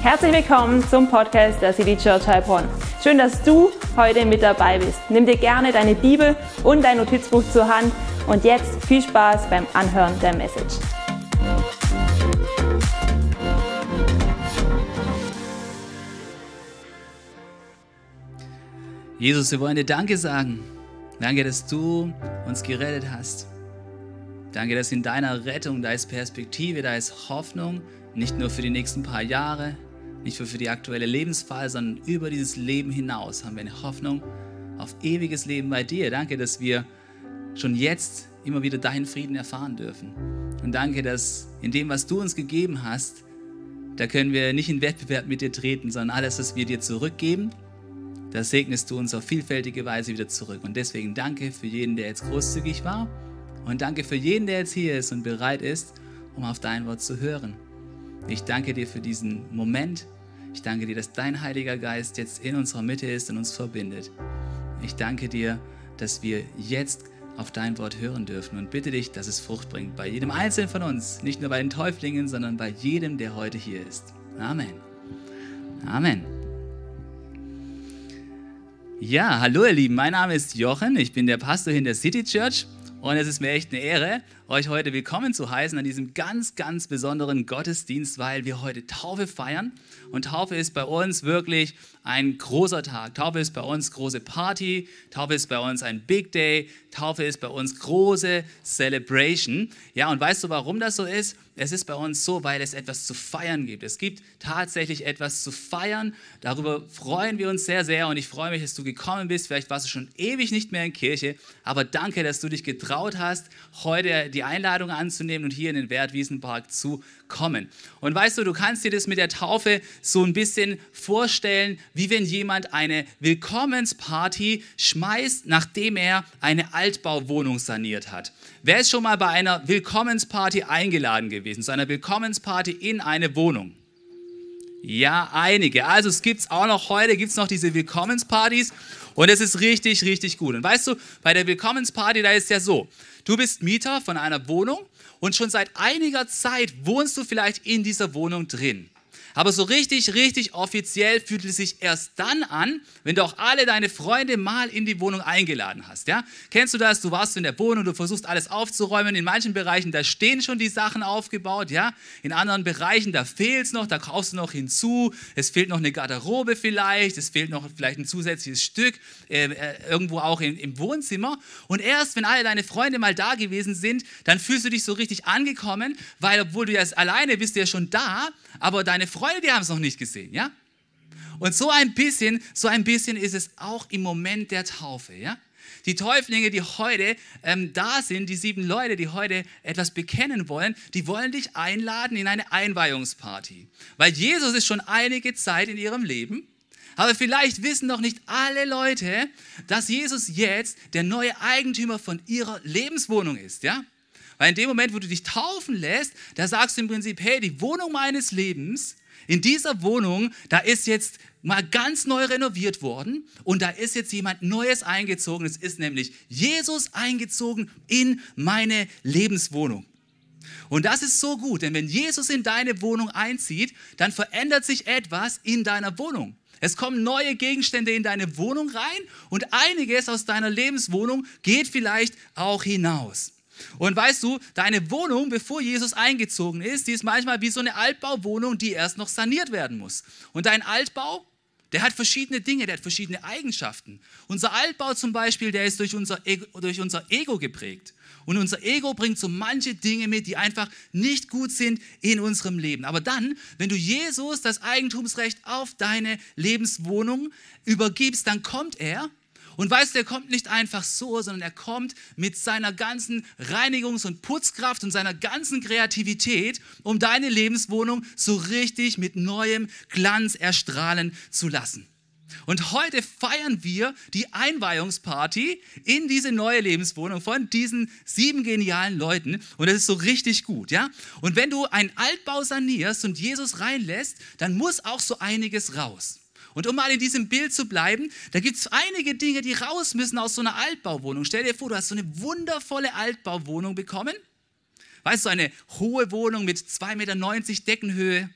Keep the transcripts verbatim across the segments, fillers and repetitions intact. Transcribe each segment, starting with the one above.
Herzlich willkommen zum Podcast der City Church Heilbronn. Schön, dass du heute mit dabei bist. Nimm dir gerne deine Bibel und dein Notizbuch zur Hand und jetzt viel Spaß beim Anhören der Message. Jesus, wir wollen dir Danke sagen. Danke, dass du uns gerettet hast. Danke, dass in deiner Rettung, da ist Perspektive, da ist Hoffnung, nicht nur für die nächsten paar Jahre, nicht nur für die aktuelle Lebensphase, sondern über dieses Leben hinaus haben wir eine Hoffnung auf ewiges Leben bei dir. Danke, dass wir schon jetzt immer wieder deinen Frieden erfahren dürfen. Und danke, dass in dem, was du uns gegeben hast, da können wir nicht in Wettbewerb mit dir treten, sondern alles, was wir dir zurückgeben, das segnest du uns auf vielfältige Weise wieder zurück. Und deswegen danke für jeden, der jetzt großzügig war. Und danke für jeden, der jetzt hier ist und bereit ist, um auf dein Wort zu hören. Ich danke dir für diesen Moment. Ich danke dir, dass dein Heiliger Geist jetzt in unserer Mitte ist und uns verbindet. Ich danke dir, dass wir jetzt auf dein Wort hören dürfen und bitte dich, dass es Frucht bringt. Bei jedem Einzelnen von uns. Nicht nur bei den Täuflingen, sondern bei jedem, der heute hier ist. Amen. Amen. Ja, hallo ihr Lieben, mein Name ist Jochen, ich bin der Pastor hier in der City Church und es ist mir echt eine Ehre, euch heute willkommen zu heißen an diesem ganz, ganz besonderen Gottesdienst, weil wir heute Taufe feiern und Taufe ist bei uns wirklich ein großer Tag. Taufe ist bei uns große Party, Taufe ist bei uns ein Big Day, Taufe ist bei uns große Celebration. Ja, und weißt du, warum das so ist? Es ist bei uns so, weil es etwas zu feiern gibt. Es gibt tatsächlich etwas zu feiern. Darüber freuen wir uns sehr, sehr. Und ich freue mich, dass du gekommen bist. Vielleicht warst du schon ewig nicht mehr in Kirche. Aber danke, dass du dich getraut hast, heute die Einladung anzunehmen und hier in den Wertwiesenpark zu kommen. Und weißt du, du kannst dir das mit der Taufe so ein bisschen vorstellen, wie wenn jemand eine Willkommensparty schmeißt, nachdem er eine Altbauwohnung saniert hat. Wer ist schon mal bei einer Willkommensparty eingeladen gewesen? Zu einer Willkommensparty in eine Wohnung? Ja, einige. Also es gibt es auch noch heute, gibt es noch diese Willkommenspartys und es ist richtig, richtig gut. Und weißt du, bei der Willkommensparty, da ist ja so, du bist Mieter von einer Wohnung und schon seit einiger Zeit wohnst du vielleicht in dieser Wohnung drin. Aber so richtig, richtig offiziell fühlt es sich erst dann an, wenn du auch alle deine Freunde mal in die Wohnung eingeladen hast. Ja? Kennst du das? Du warst in der Wohnung, du versuchst alles aufzuräumen. In manchen Bereichen, da stehen schon die Sachen aufgebaut. Ja? In anderen Bereichen, da fehlt es noch, da kaufst du noch hinzu. Es fehlt noch eine Garderobe vielleicht, es fehlt noch vielleicht ein zusätzliches Stück, äh, irgendwo auch in, im Wohnzimmer. Und erst, wenn alle deine Freunde mal da gewesen sind, dann fühlst du dich so richtig angekommen, weil obwohl du ja alleine bist, du ja schon da, aber deine Freunde, die haben es noch nicht gesehen, ja? Und so ein bisschen, so ein bisschen ist es auch im Moment der Taufe, ja? Die Täuflinge, die heute ähm, da sind, die sieben Leute, die heute etwas bekennen wollen, die wollen dich einladen in eine Einweihungsparty. Weil Jesus ist schon einige Zeit in ihrem Leben, aber vielleicht wissen noch nicht alle Leute, dass Jesus jetzt der neue Eigentümer von ihrer Lebenswohnung ist, ja? Weil in dem Moment, wo du dich taufen lässt, da sagst du im Prinzip, hey, die Wohnung meines Lebens, in dieser Wohnung, da ist jetzt mal ganz neu renoviert worden und da ist jetzt jemand Neues eingezogen. Es ist nämlich Jesus eingezogen in meine Lebenswohnung. Und das ist so gut, denn wenn Jesus in deine Wohnung einzieht, dann verändert sich etwas in deiner Wohnung. Es kommen neue Gegenstände in deine Wohnung rein und einiges aus deiner Lebenswohnung geht vielleicht auch hinaus. Und weißt du, deine Wohnung, bevor Jesus eingezogen ist, die ist manchmal wie so eine Altbauwohnung, die erst noch saniert werden muss. Und dein Altbau, der hat verschiedene Dinge, der hat verschiedene Eigenschaften. Unser Altbau zum Beispiel, der ist durch unser Ego, durch unser Ego geprägt. Und unser Ego bringt so manche Dinge mit, die einfach nicht gut sind in unserem Leben. Aber dann, wenn du Jesus das Eigentumsrecht auf deine Lebenswohnung übergibst, dann kommt er. Und weißt du, er kommt nicht einfach so, sondern er kommt mit seiner ganzen Reinigungs- und Putzkraft und seiner ganzen Kreativität, um deine Lebenswohnung so richtig mit neuem Glanz erstrahlen zu lassen. Und heute feiern wir die Einweihungsparty in diese neue Lebenswohnung von diesen sieben genialen Leuten. Und das ist so richtig gut, ja? Und wenn du einen Altbau sanierst und Jesus reinlässt, dann muss auch so einiges raus. Und um mal in diesem Bild zu bleiben, da gibt es einige Dinge, die raus müssen aus so einer Altbauwohnung. Stell dir vor, du hast so eine wundervolle Altbauwohnung bekommen. Weißt du, eine hohe Wohnung mit zwei Meter neunzig Deckenhöhe,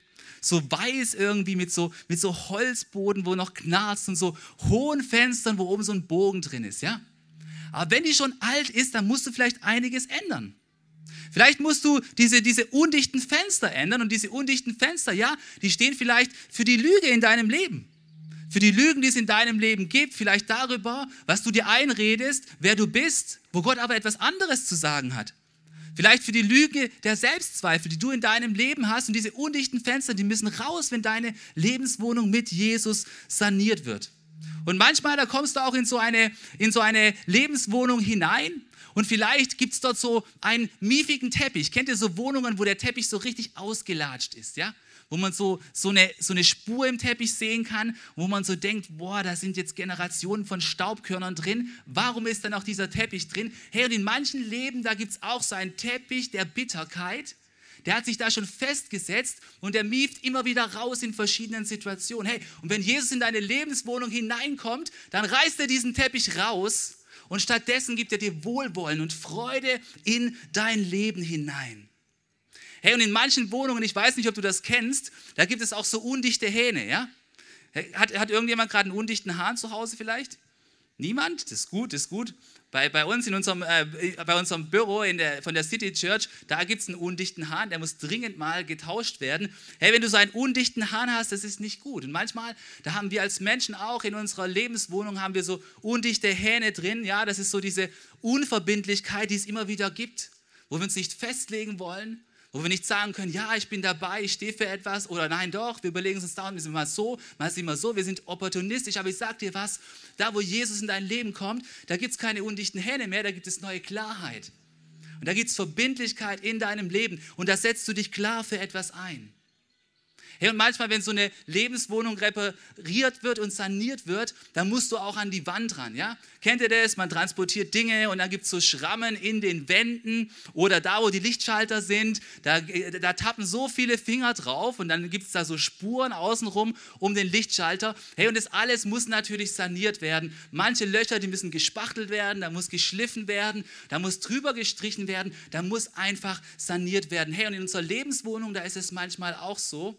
so weiß irgendwie mit so, mit so Holzboden, wo noch knarzt und so hohen Fenstern, wo oben so ein Bogen drin ist, ja. Aber wenn die schon alt ist, dann musst du vielleicht einiges ändern. Vielleicht musst du diese, diese undichten Fenster ändern und diese undichten Fenster, ja, die stehen vielleicht für die Lüge in deinem Leben. Für die Lügen, die es in deinem Leben gibt, vielleicht darüber, was du dir einredest, wer du bist, wo Gott aber etwas anderes zu sagen hat. Vielleicht für die Lüge der Selbstzweifel, die du in deinem Leben hast und diese undichten Fenster, die müssen raus, wenn deine Lebenswohnung mit Jesus saniert wird. Und manchmal, da kommst du auch in so eine, in so eine Lebenswohnung hinein und vielleicht gibt es dort so einen miefigen Teppich. Kennt ihr so Wohnungen, wo der Teppich so richtig ausgelatscht ist, ja? Wo man so, so, eine, so eine Spur im Teppich sehen kann, wo man so denkt, boah, da sind jetzt Generationen von Staubkörnern drin. Warum ist dann auch dieser Teppich drin? Hey, und in manchen Leben, da gibt es auch so einen Teppich der Bitterkeit. Der hat sich da schon festgesetzt und der mieft immer wieder raus in verschiedenen Situationen. Hey, und wenn Jesus in deine Lebenswohnung hineinkommt, dann reißt er diesen Teppich raus und stattdessen gibt er dir Wohlwollen und Freude in dein Leben hinein. Hey, und in manchen Wohnungen, ich weiß nicht, ob du das kennst, da gibt es auch so undichte Hähne, ja? Hat, hat irgendjemand gerade einen undichten Hahn zu Hause vielleicht? Niemand? Das ist gut, das ist gut. Bei, bei uns in unserem, äh, bei unserem Büro in der, von der City Church, da gibt es einen undichten Hahn, der muss dringend mal getauscht werden. Hey, wenn du so einen undichten Hahn hast, das ist nicht gut. Und manchmal, da haben wir als Menschen auch in unserer Lebenswohnung, haben wir so undichte Hähne drin. Ja, das ist so diese Unverbindlichkeit, die es immer wieder gibt, wo wir uns nicht festlegen wollen, wo wir nicht sagen können, ja, ich bin dabei, ich stehe für etwas oder nein, doch, wir überlegen uns da und wir sind mal so, mal sind wir so, wir sind opportunistisch, aber ich sage dir was, da wo Jesus in dein Leben kommt, da gibt es keine undichten Hähne mehr, da gibt es neue Klarheit und da gibt es Verbindlichkeit in deinem Leben und da setzt du dich klar für etwas ein. Hey, und manchmal, wenn so eine Lebenswohnung repariert wird und saniert wird, dann musst du auch an die Wand ran, ja? Kennt ihr das? Man transportiert Dinge und dann gibt es so Schrammen in den Wänden oder da, wo die Lichtschalter sind, da, da tappen so viele Finger drauf und dann gibt es da so Spuren außenrum um den Lichtschalter. Hey, und das alles muss natürlich saniert werden. Manche Löcher, die müssen gespachtelt werden, da muss geschliffen werden, da muss drüber gestrichen werden, da muss einfach saniert werden. Hey, und in unserer Lebenswohnung, da ist es manchmal auch so,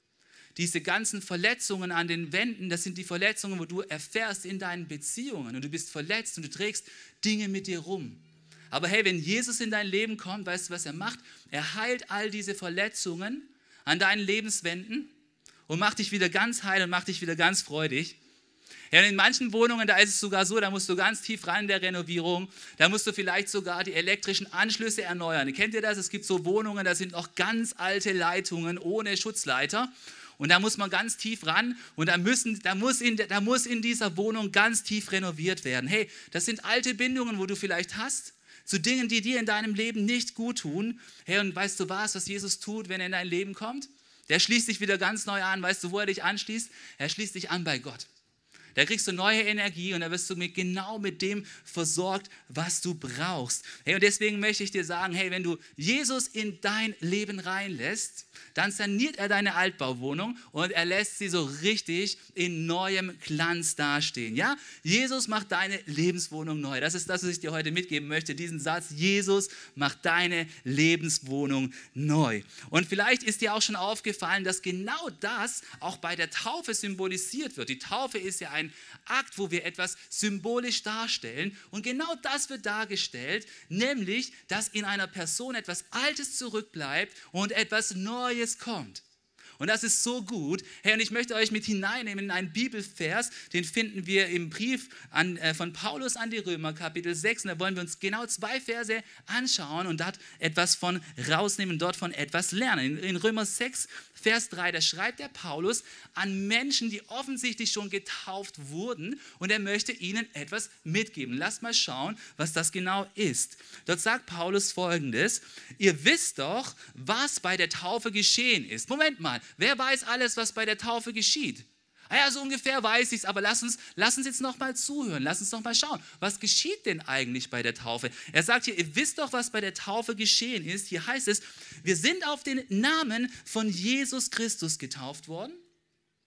diese ganzen Verletzungen an den Wänden, das sind die Verletzungen, wo du erfährst in deinen Beziehungen und du bist verletzt und du trägst Dinge mit dir rum. Aber hey, wenn Jesus in dein Leben kommt, weißt du, was er macht? Er heilt all diese Verletzungen an deinen Lebenswänden und macht dich wieder ganz heil und macht dich wieder ganz freudig. Ja, und in manchen Wohnungen, da ist es sogar so, da musst du ganz tief rein in der Renovierung, da musst du vielleicht sogar die elektrischen Anschlüsse erneuern. Kennt ihr das? Es gibt so Wohnungen, da sind noch ganz alte Leitungen ohne Schutzleiter. Und da muss man ganz tief ran und da, müssen, da, muss in, da muss in dieser Wohnung ganz tief renoviert werden. Hey, das sind alte Bindungen, wo du vielleicht hast, zu Dingen, die dir in deinem Leben nicht gut tun. Hey, und weißt du was, was Jesus tut, wenn er in dein Leben kommt? Der schließt dich wieder ganz neu an. Weißt du, wo er dich anschließt? Er schließt dich an bei Gott. Da kriegst du neue Energie und da wirst du mit, genau mit dem versorgt, was du brauchst. Hey, und deswegen möchte ich dir sagen, hey, wenn du Jesus in dein Leben reinlässt, dann saniert er deine Altbauwohnung und er lässt sie so richtig in neuem Glanz dastehen. Ja? Jesus macht deine Lebenswohnung neu. Das ist das, was ich dir heute mitgeben möchte, diesen Satz, Jesus macht deine Lebenswohnung neu. Und vielleicht ist dir auch schon aufgefallen, dass genau das auch bei der Taufe symbolisiert wird. Die Taufe ist ja ein Akt, wo wir etwas symbolisch darstellen und genau das wird dargestellt, nämlich, dass in einer Person etwas Altes zurückbleibt und etwas Neues kommt. Und das ist so gut. Hey, und ich möchte euch mit hineinnehmen in einen Bibelvers, den finden wir im Brief an, äh, von Paulus an die Römer, Kapitel sechs. Und da wollen wir uns genau zwei Verse anschauen und dort etwas von rausnehmen, dort von etwas lernen. In, in Römer sechs, Vers drei, da schreibt der Paulus an Menschen, die offensichtlich schon getauft wurden und er möchte ihnen etwas mitgeben. Lasst mal schauen, was das genau ist. Dort sagt Paulus Folgendes: Ihr wisst doch, was bei der Taufe geschehen ist. Moment mal, wer weiß alles, was bei der Taufe geschieht? Ja, so ungefähr weiß ich es, aber lass uns, lass uns jetzt noch mal zuhören, lass uns noch mal schauen, was geschieht denn eigentlich bei der Taufe? Er sagt hier, ihr wisst doch, was bei der Taufe geschehen ist. Hier heißt es, wir sind auf den Namen von Jesus Christus getauft worden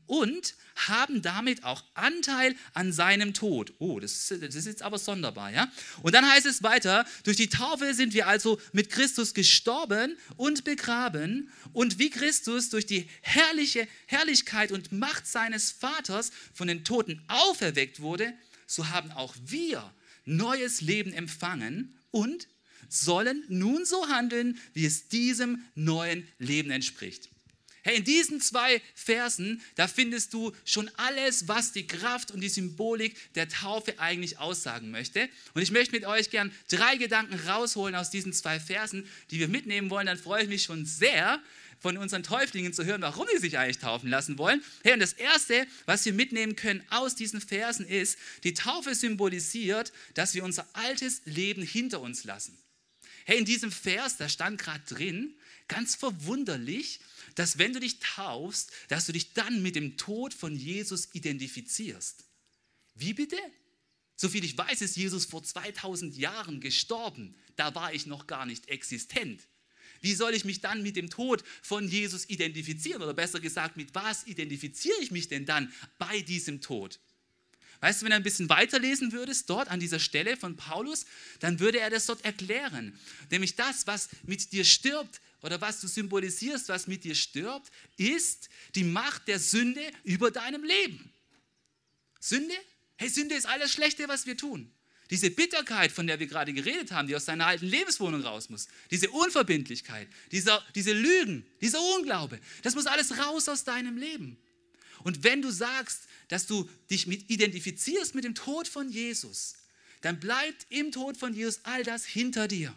und haben damit auch Anteil an seinem Tod. Oh, das, das ist jetzt aber sonderbar, ja? Und dann heißt es weiter, durch die Taufe sind wir also mit Christus gestorben und begraben und wie Christus durch die herrliche Herrlichkeit und Macht seines Vaters von den Toten auferweckt wurde, so haben auch wir neues Leben empfangen und sollen nun so handeln, wie es diesem neuen Leben entspricht. Hey, in diesen zwei Versen, da findest du schon alles, was die Kraft und die Symbolik der Taufe eigentlich aussagen möchte. Und ich möchte mit euch gern drei Gedanken rausholen aus diesen zwei Versen, die wir mitnehmen wollen. Dann freue ich mich schon sehr, von unseren Täuflingen zu hören, warum sie sich eigentlich taufen lassen wollen. Hey, und das Erste, was wir mitnehmen können aus diesen Versen ist, die Taufe symbolisiert, dass wir unser altes Leben hinter uns lassen. Hey, in diesem Vers, da stand gerade drin, ganz verwunderlich, dass wenn du dich taufst, dass du dich dann mit dem Tod von Jesus identifizierst. Wie bitte? Soviel ich weiß, ist Jesus vor zweitausend Jahren gestorben. Da war ich noch gar nicht existent. Wie soll ich mich dann mit dem Tod von Jesus identifizieren? Oder besser gesagt, mit was identifiziere ich mich denn dann bei diesem Tod? Weißt du, wenn du ein bisschen weiterlesen würdest, dort an dieser Stelle von Paulus, dann würde er das dort erklären. Nämlich das, was mit dir stirbt oder was du symbolisierst, was mit dir stirbt, ist die Macht der Sünde über deinem Leben. Sünde? Hey, Sünde ist alles Schlechte, was wir tun. Diese Bitterkeit, von der wir gerade geredet haben, die aus deiner alten Lebenswohnung raus muss, diese Unverbindlichkeit, dieser, diese Lügen, dieser Unglaube, das muss alles raus aus deinem Leben. Und wenn du sagst, dass du dich mit identifizierst mit dem Tod von Jesus, dann bleibt im Tod von Jesus all das hinter dir.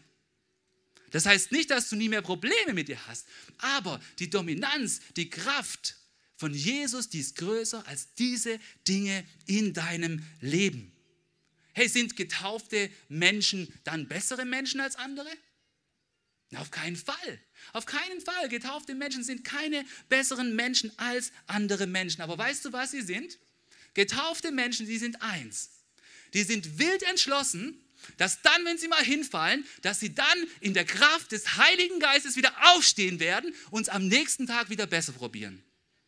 Das heißt nicht, dass du nie mehr Probleme mit dir hast, aber die Dominanz, die Kraft von Jesus, die ist größer als diese Dinge in deinem Leben. Hey, sind getaufte Menschen dann bessere Menschen als andere? Na, auf keinen Fall. Auf keinen Fall. Getaufte Menschen sind keine besseren Menschen als andere Menschen. Aber weißt du, was sie sind? Getaufte Menschen, die sind eins. Die sind wild entschlossen, dass dann, wenn sie mal hinfallen, dass sie dann in der Kraft des Heiligen Geistes wieder aufstehen werden und es am nächsten Tag wieder besser probieren.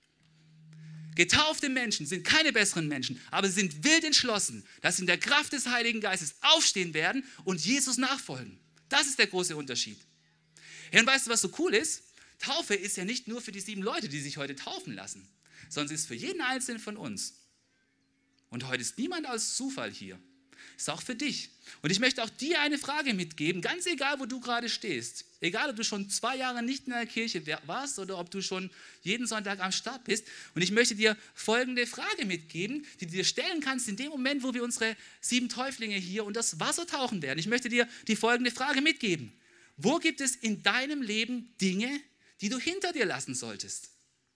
Getaufte Menschen sind keine besseren Menschen, aber sie sind wild entschlossen, dass sie in der Kraft des Heiligen Geistes aufstehen werden und Jesus nachfolgen. Das ist der große Unterschied. Ja, und weißt du, was so cool ist? Taufe ist ja nicht nur für die sieben Leute, die sich heute taufen lassen, sondern es ist für jeden Einzelnen von uns. Und heute ist niemand aus Zufall hier. Ist auch für dich. Und ich möchte auch dir eine Frage mitgeben, ganz egal, wo du gerade stehst. Egal, ob du schon zwei Jahre nicht in der Kirche warst oder ob du schon jeden Sonntag am Start bist. Und ich möchte dir folgende Frage mitgeben, die du dir stellen kannst in dem Moment, wo wir unsere sieben Täuflinge hier unter das Wasser tauchen werden. Ich möchte dir die folgende Frage mitgeben. Wo gibt es in deinem Leben Dinge, die du hinter dir lassen solltest?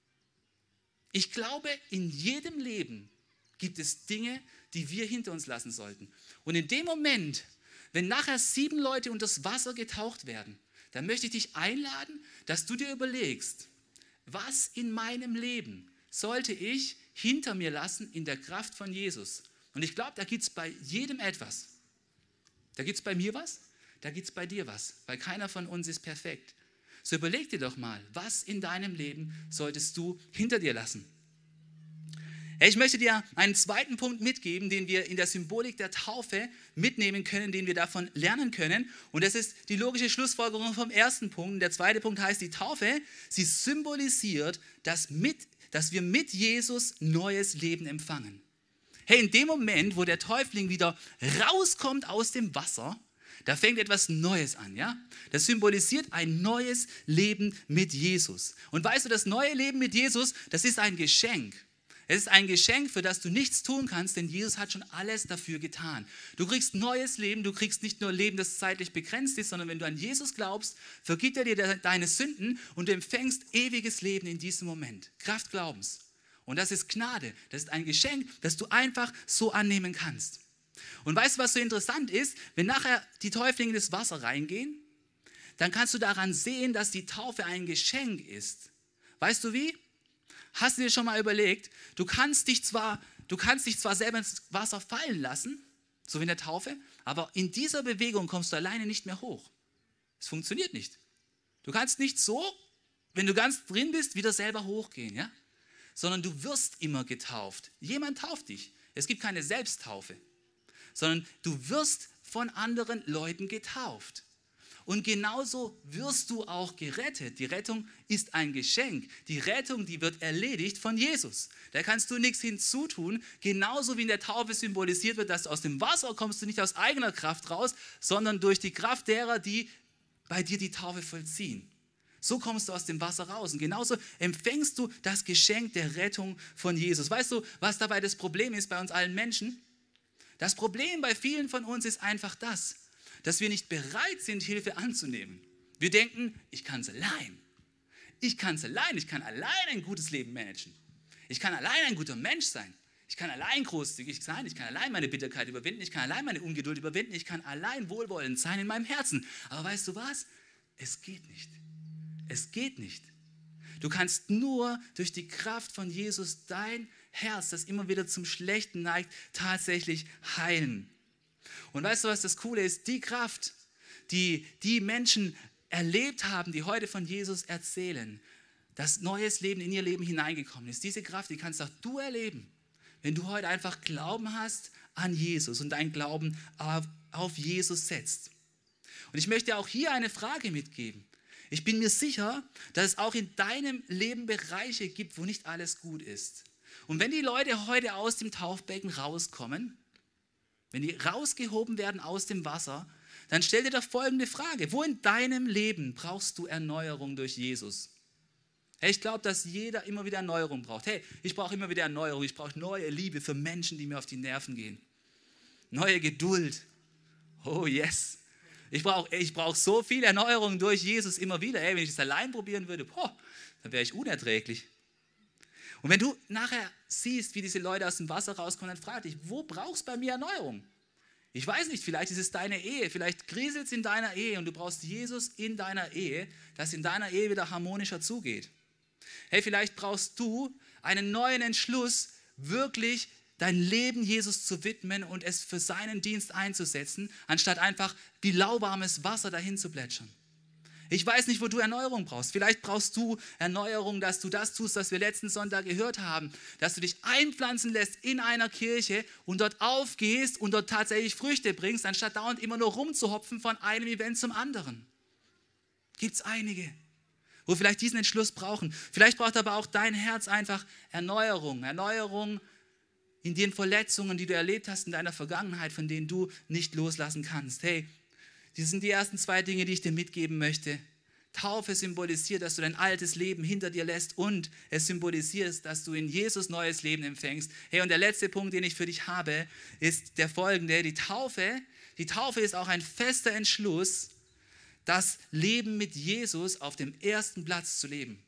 Ich glaube, in jedem Leben gibt es Dinge, die wir hinter uns lassen sollten. Und in dem Moment, wenn nachher sieben Leute unter das Wasser getaucht werden, dann möchte ich dich einladen, dass du dir überlegst, was in meinem Leben sollte ich hinter mir lassen in der Kraft von Jesus. Und ich glaube, da gibt es bei jedem etwas. Da gibt es bei mir was, da gibt es bei dir was, weil keiner von uns ist perfekt. So überleg dir doch mal, was in deinem Leben solltest du hinter dir lassen. Ich möchte dir einen zweiten Punkt mitgeben, den wir in der Symbolik der Taufe mitnehmen können, den wir davon lernen können. Und das ist die logische Schlussfolgerung vom ersten Punkt. Der zweite Punkt heißt, die Taufe, sie symbolisiert, dass, mit, dass wir mit Jesus neues Leben empfangen. Hey, in dem Moment, wo der Täufling wieder rauskommt aus dem Wasser, da fängt etwas Neues an, ja? Das symbolisiert ein neues Leben mit Jesus. Und weißt du, das neue Leben mit Jesus, das ist ein Geschenk. Es ist ein Geschenk, für das du nichts tun kannst, denn Jesus hat schon alles dafür getan. Du kriegst neues Leben, du kriegst nicht nur Leben, das zeitlich begrenzt ist, sondern wenn du an Jesus glaubst, vergibt er dir deine Sünden und du empfängst ewiges Leben in diesem Moment. Kraft Glaubens. Und das ist Gnade, das ist ein Geschenk, das du einfach so annehmen kannst. Und weißt du, was so interessant ist? Wenn nachher die Täuflinge in das Wasser reingehen, dann kannst du daran sehen, dass die Taufe ein Geschenk ist. Weißt du wie? Hast du dir schon mal überlegt, du kannst dich zwar, du kannst dich zwar selber ins Wasser fallen lassen, so wie in der Taufe, aber in dieser Bewegung kommst du alleine nicht mehr hoch. Es funktioniert nicht. Du kannst nicht so, wenn du ganz drin bist, wieder selber hochgehen, ja? sondern du wirst immer getauft. Jemand tauft dich. Es gibt keine Selbsttaufe, sondern du wirst von anderen Leuten getauft. Und genauso wirst du auch gerettet. Die Rettung ist ein Geschenk. Die Rettung, die wird erledigt von Jesus. Da kannst du nichts hinzutun. Genauso wie in der Taufe symbolisiert wird, dass du aus dem Wasser kommst, du nicht aus eigener Kraft raus, sondern durch die Kraft derer, die bei dir die Taufe vollziehen. So kommst du aus dem Wasser raus. Und genauso empfängst du das Geschenk der Rettung von Jesus. Weißt du, was dabei das Problem ist bei uns allen Menschen? Das Problem bei vielen von uns ist einfach das, dass wir nicht bereit sind, Hilfe anzunehmen. Wir denken, ich kann es allein. Ich kann es allein. Ich kann allein ein gutes Leben managen. Ich kann allein ein guter Mensch sein. Ich kann allein großzügig sein. Ich kann allein meine Bitterkeit überwinden. Ich kann allein meine Ungeduld überwinden. Ich kann allein wohlwollend sein in meinem Herzen. Aber weißt du was? Es geht nicht. Es geht nicht. Du kannst nur durch die Kraft von Jesus dein Herz, das immer wieder zum Schlechten neigt, tatsächlich heilen. Und weißt du, was das Coole ist? Die Kraft, die die Menschen erlebt haben, die heute von Jesus erzählen, dass neues Leben in ihr Leben hineingekommen ist. Diese Kraft, die kannst auch du erleben, wenn du heute einfach Glauben hast an Jesus und deinen Glauben auf, auf Jesus setzt. Und ich möchte auch hier eine Frage mitgeben. Ich bin mir sicher, dass es auch in deinem Leben Bereiche gibt, wo nicht alles gut ist. Und wenn die Leute heute aus dem Taufbecken rauskommen, wenn die rausgehoben werden aus dem Wasser, dann stell dir doch folgende Frage. Wo in deinem Leben brauchst du Erneuerung durch Jesus? Hey, ich glaube, dass jeder immer wieder Erneuerung braucht. Hey, ich brauche immer wieder Erneuerung. Ich brauche neue Liebe für Menschen, die mir auf die Nerven gehen. Neue Geduld. Oh yes. Ich brauche ich brauch so viel Erneuerung durch Jesus immer wieder. Hey, wenn ich es allein probieren würde, boah, dann wäre ich unerträglich. Und wenn du nachher siehst, wie diese Leute aus dem Wasser rauskommen, dann frag dich, wo brauchst du bei mir Erneuerung? Ich weiß nicht, vielleicht ist es deine Ehe, vielleicht kriselt es in deiner Ehe und du brauchst Jesus in deiner Ehe, dass in deiner Ehe wieder harmonischer zugeht. Hey, vielleicht brauchst du einen neuen Entschluss, wirklich dein Leben Jesus zu widmen und es für seinen Dienst einzusetzen, anstatt einfach wie lauwarmes Wasser dahin zu plätschern. Ich weiß nicht, wo du Erneuerung brauchst. Vielleicht brauchst du Erneuerung, dass du das tust, was wir letzten Sonntag gehört haben, dass du dich einpflanzen lässt in einer Kirche und dort aufgehst und dort tatsächlich Früchte bringst, anstatt dauernd immer nur rumzuhopfen von einem Event zum anderen. Gibt es einige, wo vielleicht diesen Entschluss brauchen. Vielleicht braucht aber auch dein Herz einfach Erneuerung. Erneuerung in den Verletzungen, die du erlebt hast in deiner Vergangenheit, von denen du nicht loslassen kannst. Hey, das sind die ersten zwei Dinge, die ich dir mitgeben möchte. Taufe symbolisiert, dass du dein altes Leben hinter dir lässt und es symbolisiert, dass du in Jesus neues Leben empfängst. Hey, und der letzte Punkt, den ich für dich habe, ist der folgende. Die Taufe, die Taufe ist auch ein fester Entschluss, das Leben mit Jesus auf dem ersten Platz zu leben.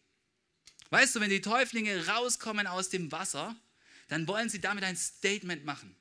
Weißt du, wenn die Täuflinge rauskommen aus dem Wasser, dann wollen sie damit ein Statement machen.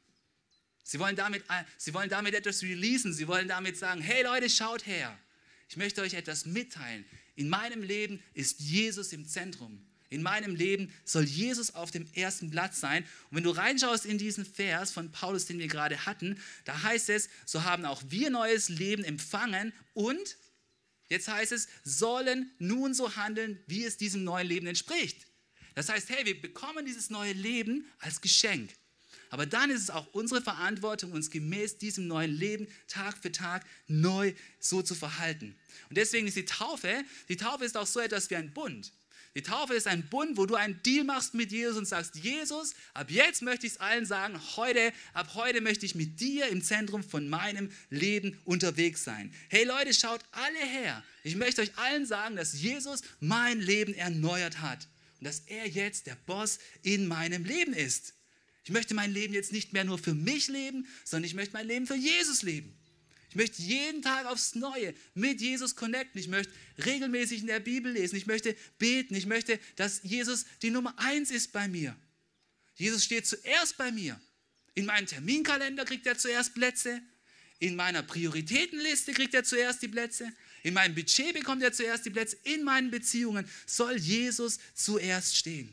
Sie wollen damit, sie wollen damit etwas releasen. Sie wollen damit sagen, hey Leute, schaut her. Ich möchte euch etwas mitteilen. In meinem Leben ist Jesus im Zentrum. In meinem Leben soll Jesus auf dem ersten Platz sein. Und wenn du reinschaust in diesen Vers von Paulus, den wir gerade hatten, da heißt es, so haben auch wir neues Leben empfangen und, jetzt heißt es, sollen nun so handeln, wie es diesem neuen Leben entspricht. Das heißt, hey, wir bekommen dieses neue Leben als Geschenk. Aber dann ist es auch unsere Verantwortung, uns gemäß diesem neuen Leben Tag für Tag neu so zu verhalten. Und deswegen ist die Taufe, die Taufe ist auch so etwas wie ein Bund. Die Taufe ist ein Bund, wo du einen Deal machst mit Jesus und sagst, Jesus, ab jetzt möchte ich es allen sagen, heute, ab heute möchte ich mit dir im Zentrum von meinem Leben unterwegs sein. Hey Leute, schaut alle her. Ich möchte euch allen sagen, dass Jesus mein Leben erneuert hat und dass er jetzt der Boss in meinem Leben ist. Ich möchte mein Leben jetzt nicht mehr nur für mich leben, sondern ich möchte mein Leben für Jesus leben. Ich möchte jeden Tag aufs Neue mit Jesus connecten. Ich möchte regelmäßig in der Bibel lesen. Ich möchte beten. Ich möchte, dass Jesus die Nummer eins ist bei mir. Jesus steht zuerst bei mir. In meinem Terminkalender kriegt er zuerst Plätze. In meiner Prioritätenliste kriegt er zuerst die Plätze. In meinem Budget bekommt er zuerst die Plätze. In meinen Beziehungen soll Jesus zuerst stehen.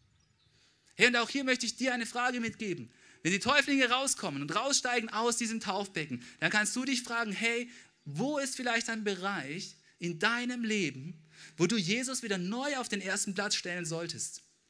Hey, und auch hier möchte ich dir eine Frage mitgeben. Wenn die Täuflinge rauskommen und raussteigen aus diesem Taufbecken, dann kannst du dich fragen, hey, wo ist vielleicht ein Bereich in deinem Leben, wo du Jesus wieder neu auf den ersten Platz stellen solltest?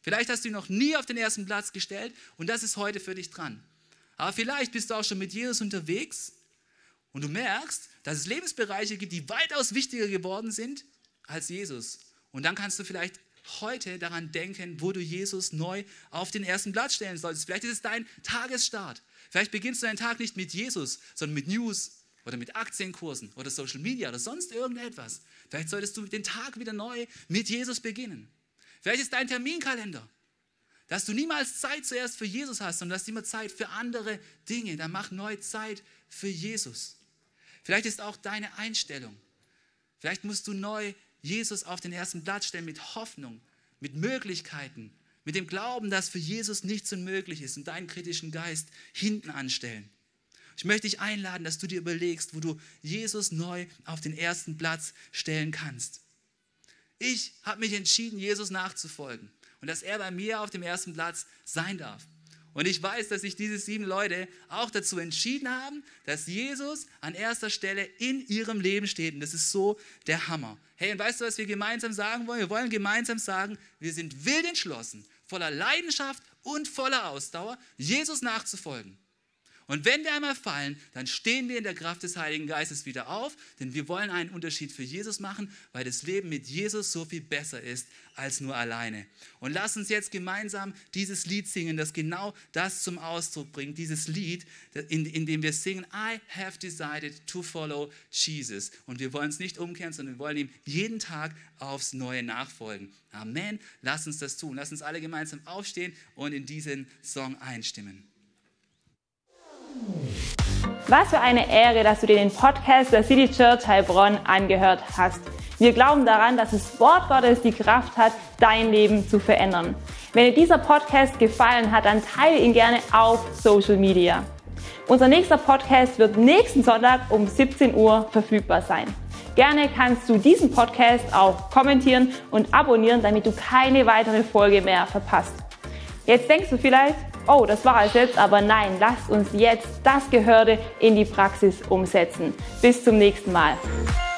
Vielleicht hast du ihn noch nie auf den ersten Platz gestellt und das ist heute für dich dran. Aber vielleicht bist du auch schon mit Jesus unterwegs und du merkst, dass es Lebensbereiche gibt, die weitaus wichtiger geworden sind als Jesus. Und dann kannst du vielleicht heute daran denken, wo du Jesus neu auf den ersten Platz stellen solltest. Vielleicht ist es dein Tagesstart. Vielleicht beginnst du deinen Tag nicht mit Jesus, sondern mit News oder mit Aktienkursen oder Social Media oder sonst irgendetwas. Vielleicht solltest du den Tag wieder neu mit Jesus beginnen. Vielleicht ist dein Terminkalender, dass du niemals Zeit zuerst für Jesus hast, sondern hast immer Zeit für andere Dinge. Dann mach neu Zeit für Jesus. Vielleicht ist auch deine Einstellung. Vielleicht musst du neu Jesus auf den ersten Platz stellen mit Hoffnung, mit Möglichkeiten, mit dem Glauben, dass für Jesus nichts unmöglich ist und deinen kritischen Geist hinten anstellen. Ich möchte dich einladen, dass du dir überlegst, wo du Jesus neu auf den ersten Platz stellen kannst. Ich habe mich entschieden, Jesus nachzufolgen und dass er bei mir auf dem ersten Platz sein darf. Und ich weiß, dass sich diese sieben Leute auch dazu entschieden haben, dass Jesus an erster Stelle in ihrem Leben steht. Und das ist so der Hammer. Hey, und weißt du, was wir gemeinsam sagen wollen? Wir wollen gemeinsam sagen, wir sind wild entschlossen, voller Leidenschaft und voller Ausdauer, Jesus nachzufolgen. Und wenn wir einmal fallen, dann stehen wir in der Kraft des Heiligen Geistes wieder auf, denn wir wollen einen Unterschied für Jesus machen, weil das Leben mit Jesus so viel besser ist als nur alleine. Und lass uns jetzt gemeinsam dieses Lied singen, das genau das zum Ausdruck bringt, dieses Lied, in, in dem wir singen, I have decided to follow Jesus. Und wir wollen es nicht umkehren, sondern wir wollen ihm jeden Tag aufs Neue nachfolgen. Amen. Lass uns das tun. Lass uns alle gemeinsam aufstehen und in diesen Song einstimmen. Was für eine Ehre, dass du dir den Podcast der City Church Heilbronn angehört hast. Wir glauben daran, dass das Wort Gottes die Kraft hat, dein Leben zu verändern. Wenn dir dieser Podcast gefallen hat, dann teile ihn gerne auf Social Media. Unser nächster Podcast wird nächsten Sonntag um siebzehn Uhr verfügbar sein. Gerne kannst du diesen Podcast auch kommentieren und abonnieren, damit du keine weitere Folge mehr verpasst. Jetzt denkst du vielleicht, oh, das war es jetzt, aber nein, lasst uns jetzt das Gehörte in die Praxis umsetzen. Bis zum nächsten Mal.